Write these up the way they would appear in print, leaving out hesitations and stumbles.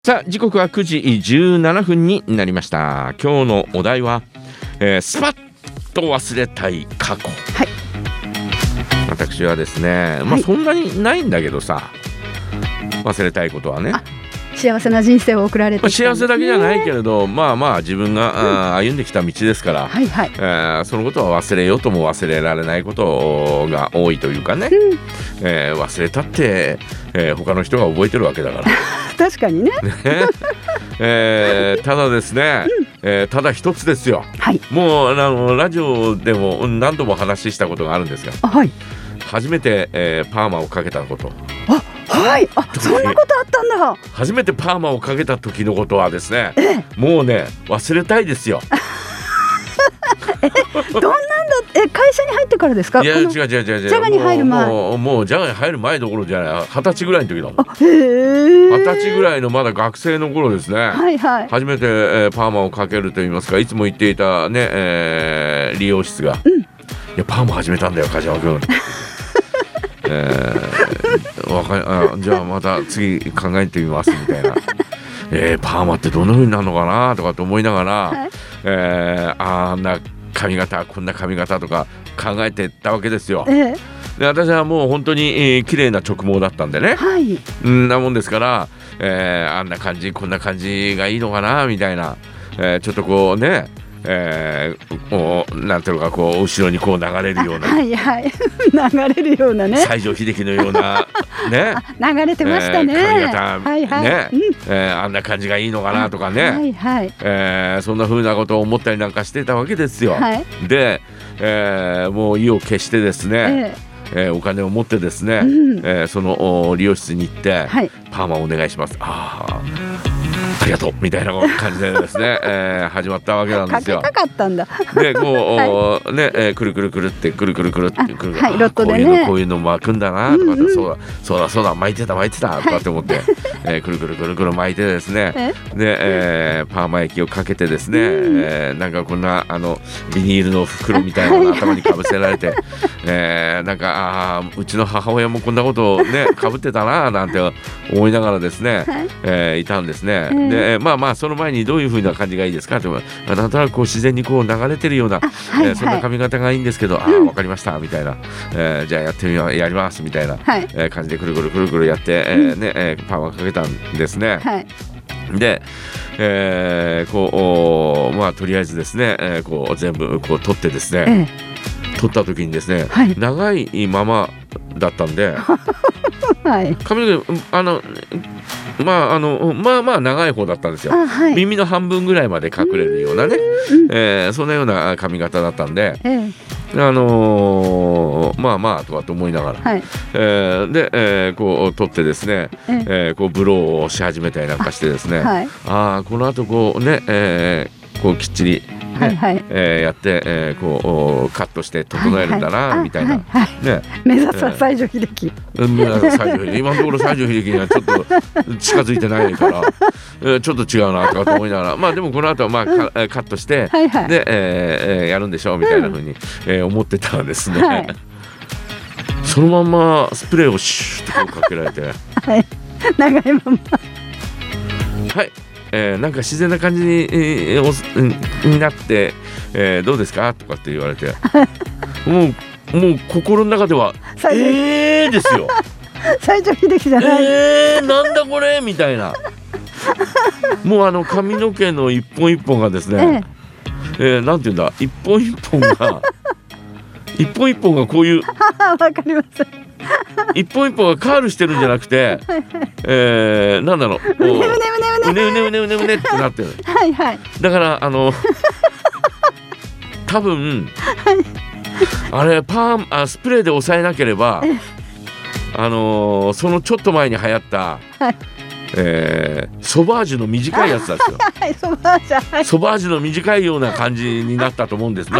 さあ時刻は9時17分になりました。今日のお題は、スパッと忘れたい過去。 はい。 私はですね、 はいそんなにないんだけどさ、忘れたいことはね、 幸せな人生を送られてきたんですね。 幸せだけじゃないけれど、自分が、歩んできた道ですから、 はいはい。 そのことは忘れようとも忘れられないことが多いというかね、忘れたって、他の人が覚えてるわけだから確かにね。 ただですね、ただ一つですよ。 はい。 もうラジオでも何度も話したことがあるんですが、 はい。 初めて、パーマをかけたこと、 はい。そんなことあったんだ。 初めてパーマをかけた時のことはですね、もうね忘れたいですよ。 どんなんだ。会社に入ってからですか。 いや違うジャガに入る前。 もうジャガに入る前どころじゃない、20歳ぐらいの時だもん。 へえ。 20歳ぐらいのまだ学生の頃ですね、 はいはい。 初めて、パーマをかけるといいますか、いつも行っていたね、理容室が、いやパーマ始めたんだよ梶山君。じゃあまた次考えてみますみたいな。パーマってどんな風になるのかなとかと思いながら、 はいあんな髪型こんな髪型とか考えてたわけですよ。 ええ。 で私はもう本当に、綺麗な直毛だったんでね、 はい。 なもんですから、あんな感じこんな感じがいいのかなみたいな、ちょっとこうね、こうなんていうのか、こう後ろにこう流れるような、 はいはい。流れるようなね。 西城秀樹のようなね流れてましたね。 髪型、 はいはい。 ね、あんな感じがいいのかなとかね、 はいはい。 そんな風なことを思ったりなんかしてたわけですよ。 はい。 で、もう意を決してですね、お金を持ってですね、その理容室に行って、 はい。 パーマお願いします。ありがとうみたいな感じでですね、始まったわけなんですよ。 かけたかったんだ。 でこう、くるくるくるってくるくるくるってくる、 はい、ロットでね。 こういうの巻くんだなとかって、そうだ巻いてたとかって思って、くるくるくるくる巻いてですね、で、パーマ液をかけてですね、なんかこんなビニールの袋みたいなのが頭にかぶせられて、なんかうちの母親もこんなことをねかぶってたななんて思いながらですね、いたんですね。でその前にどういう風な感じがいいですかって、なんとなくこう自然にこう流れてるような、そんな髪型がいいんですけど、わかりましたみたいな、じゃあやりますみたいな、感じでくるくるくるくるやって、パーマかけたんですね。で、こうとりあえずですね、こう全部こう取ってですね、取った時にですね、長いままだったんで、髪の毛長い方だったんですよ。耳の半分ぐらいまで隠れるようなね、そんなような髪型だったんで、とかと思いながら、で、こう取ってですね、こうブローをし始めたりなんかしてですね、この後こうね、こうきっちりやって、こうカットして整えるんだなみたいな、 目指すは西城秀樹。 今のところ西城秀樹にはちょっと近づいてないから、ちょっと違うなとかと思いながら、でもこの後はカットして、で、やるんでしょうみたいな風に、思ってたらですね、そのまんまスプレーをシューッとこうかけられて、 長いまま、 なんか自然な感じになって、どうですかとかって言われて、もう心の中ではですよ。 西城秀樹じゃない。 なんだこれみたいな。もう髪の毛の一本一本がですね、なんていうんだ、一本一本がこういうわかります。 一本一本がカールしてるんじゃなくて、なんだろう、うねってなってる。だから多分、あれスプレーで押さえなければ、そのちょっと前に流行った、ソバージュの短いやつなんですよ。ソバージュの短いような感じになってたと思うんです。で、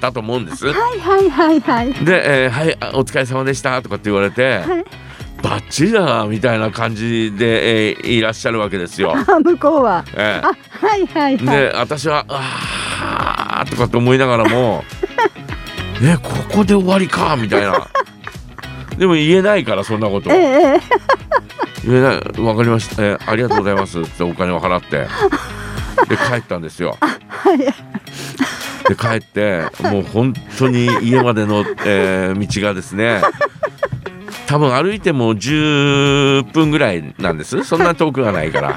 お疲れ様でしたとかって言われて、バッチリだなみたいな感じで、いらっしゃるわけですよ。 向こうは。 で、私はとかって思いながらも、ここで終わりかみたいな。でも言えないからそんなこと。 言えない、わかりました、ありがとうございますってお金を払ってで帰ったんですよ。で帰ってもう本当に家までの、道がですね多分歩いても10分ぐらいなんです。そんな遠くがないから、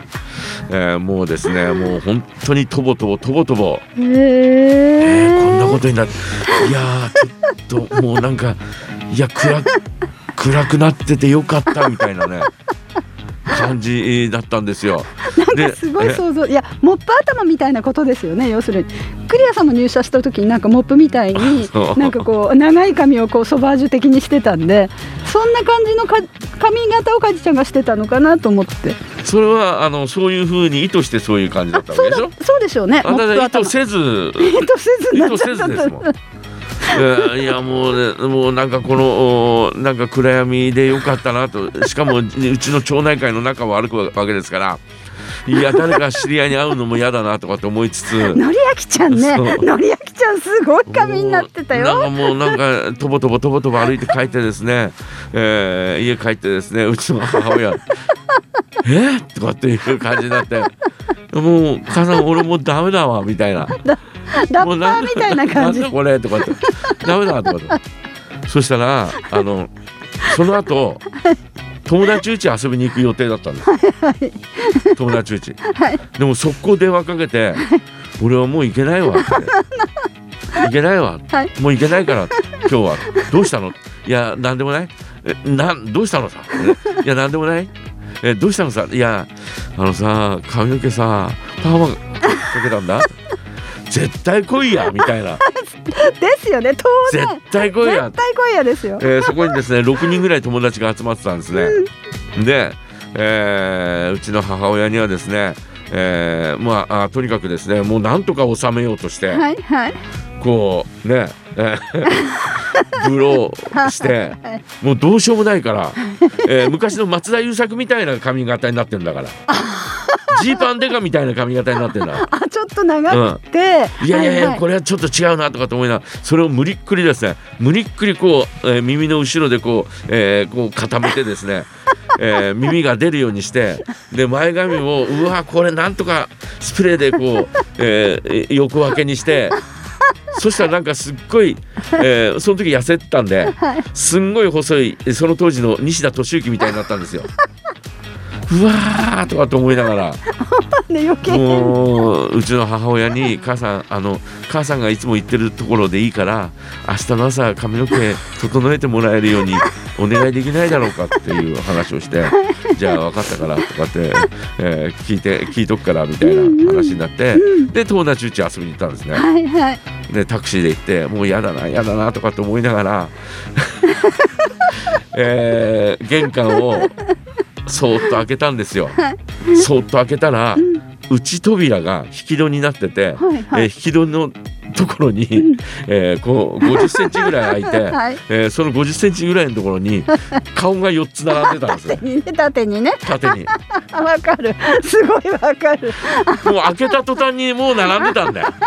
もうですねもう本当にとぼとぼこんなことになって、いやーちょっともうなんかいや暗くなっててよかったみたいなね感じだったんですよ。 なんかすごい想像、いやモップ頭みたいなことですよね。要するにクリアさんも入社した時になんかモップみたいになんかこう長い髪をこうソバージュ的にしてたんで、そんな感じの髪型をカジちゃんがしてたのかなと思って。それはそういう風に意図してそういう感じだったわけでしょ。 そうでしょうね。 意図せずですもん。いやもうなんかこのなんか暗闇でよかったなと。しかもうちの町内会の中を歩くわけですから、いや誰か知り合いに会うのも嫌だなとかって思いつつ、 のりあきちゃんね、のりあきちゃんすごい髪になってたよ。 なんかもうなんかとぼとぼ歩いて帰ってですね、家帰ってですね、うちの母親とかっていう感じになって、もう母さん俺もうダメだわみたいなラッパーみたいな感じ、 なんだこれとかってダメだとかって。そしたらその後友達家遊びに行く予定だったんです、友達家、でも速攻電話かけて、俺はもう行けないわって行けないわ、もう行けないから今日はどうしたの、いやなんでもない、どうしたのさ、いやなんでもない、どうしたのさ、いやさ髪の毛さパーマかけたんだ絶対来いやみたいなですよね、当然絶対来いやですよ、 そこにですね6人ぐらい友達が集まってたんですね、で、うちの母親にはですね、とにかくですねもうなんとか収めようとして、こうね、ブローしてもうどうしようもないから、昔の松田優作みたいな髪型になってるんだからジーパンデカみたいな髪型になってるんだちょっと長くて、 いやこれはちょっと違うなとかと思いながら、それを無理っくりですね、こう、耳の後ろでこう固めてですね耳が出るようにして、で前髪をうわこれなんとかスプレーでこう、横分けにして、そしたらなんかすっごい、その時痩せてたんで、すんごい細いその当時の西田敏行みたいになったんですよ。うわーとかと思いながらもううちの母親に母さんがいつも行ってるところでいいから明日の朝髪の毛整えてもらえるようにお願いできないだろうかっていう話をしてじゃあ分かったからとかって、聞いとくからみたいな話になって、で友達家遊びに行ったんですね、でタクシーで行ってもう嫌だなとかって思いながら、玄関をそーっと開けたんですよ。そーっと開けたら、内扉が引き戸になってて、引き戸のところに、こう50センチぐらい開いて、その50センチぐらいのところに顔が4つ並んでたんですよ。 縦にわかる、すごいわかる。 もう開けた途端にもう並んでたんだよ。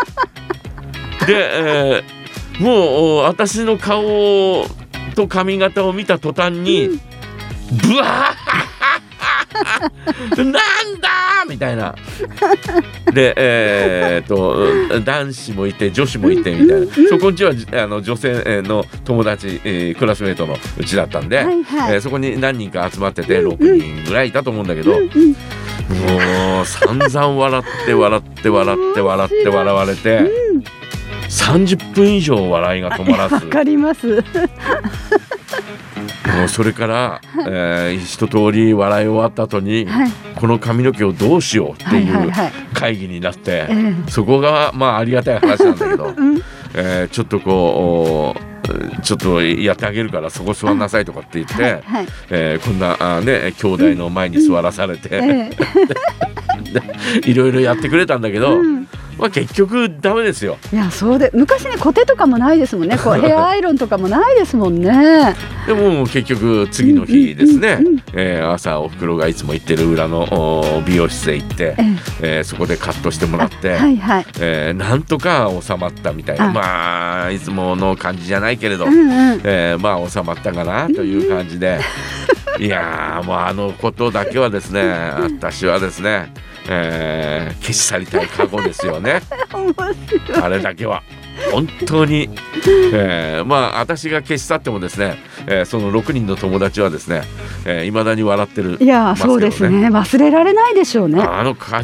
で、もう私の顔と髪型を見た途端に、ブワーなんだみたいなで、男子もいて女子もいてみたいな、そこんちは女性の友達、クラスメートのうちだったんで、そこに何人か集まってて6人ぐらいいたと思うんだけど、もう散々笑って笑われて、30分以上笑いが止まらず、 わかりますもうそれから、一通り笑い終わった後に、この髪の毛をどうしようっていう会議になって、そこがまあありがたい話なんだけど、ちょっとこうちょっとやってあげるからそこ座んなさいとかって言って、こんなね兄弟の前に座らされて、いろいろやってくれたんだけど、 結局ダメですよ。 いやそうで昔ねコテとかもないですもんね。こうヘアアイロンとかもないですもんね。 でも結局次の日ですね、朝おふくろがいつも行ってる裏の美容室へ行って、そこでカットしてもらって、はいはい、なんとか収まったみたいな、まあいつもの感じじゃないけれど、まあ収まったかなという感じで、いやもうあのことだけはですね私はですね、消し去りたい過去ですよね。あれだけは本当に、まあ私が消し去ってもですね、その6人の友達はですね、未だに笑ってる。 いやそうですね、忘れられないでしょうね。 あの火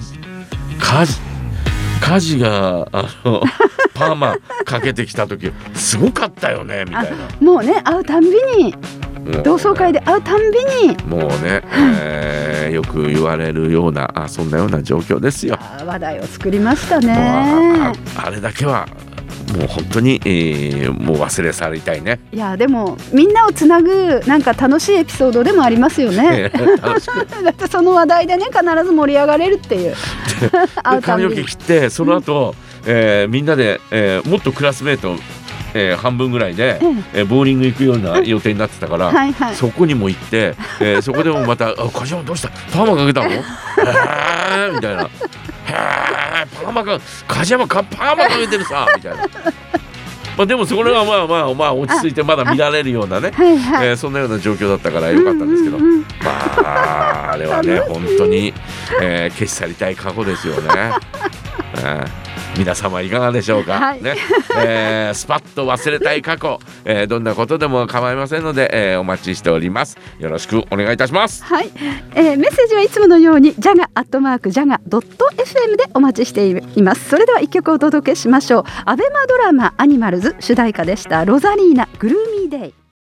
事がパーマかけてきた時すごかったよねみたいな。 もうね会うたんびに同窓会で会うたんびにもうね、よく言われるようなそんなような状況ですよ。 話題を作りましたね。 あれだけはもう本当に、もう忘れ去りたいね。 いやでもみんなをつなぐなんか楽しいエピソードでもありますよね。楽しくだってその話題でね必ず盛り上がれるっていう髪の毛切ってその後、みんなで、もっとクラスメート半分ぐらいで、ボーリング行くような予定になってたから、はいはい、そこにも行って、そこでもまた「梶山どうしたパーマかけたの？」みたいな「パーマか梶山パーマかけてるさ」みたいな。まあでもそれはまあ落ち着いてまだ見られるようなね、そんなような状況だったからよかったんですけど、まああれはね本当に、消し去りたい過去ですよね。皆様いかがでしょうか、はいねスパッと忘れたい過去、どんなことでも構いませんので、お待ちしております。よろしくお願いいたします。 はい、メッセージはいつものように jaga@jaga.fm でお待ちしています。それでは一曲お届けしましょう。アベマドラマアニマルズ主題歌でしたロザリーナグルーミーデイ。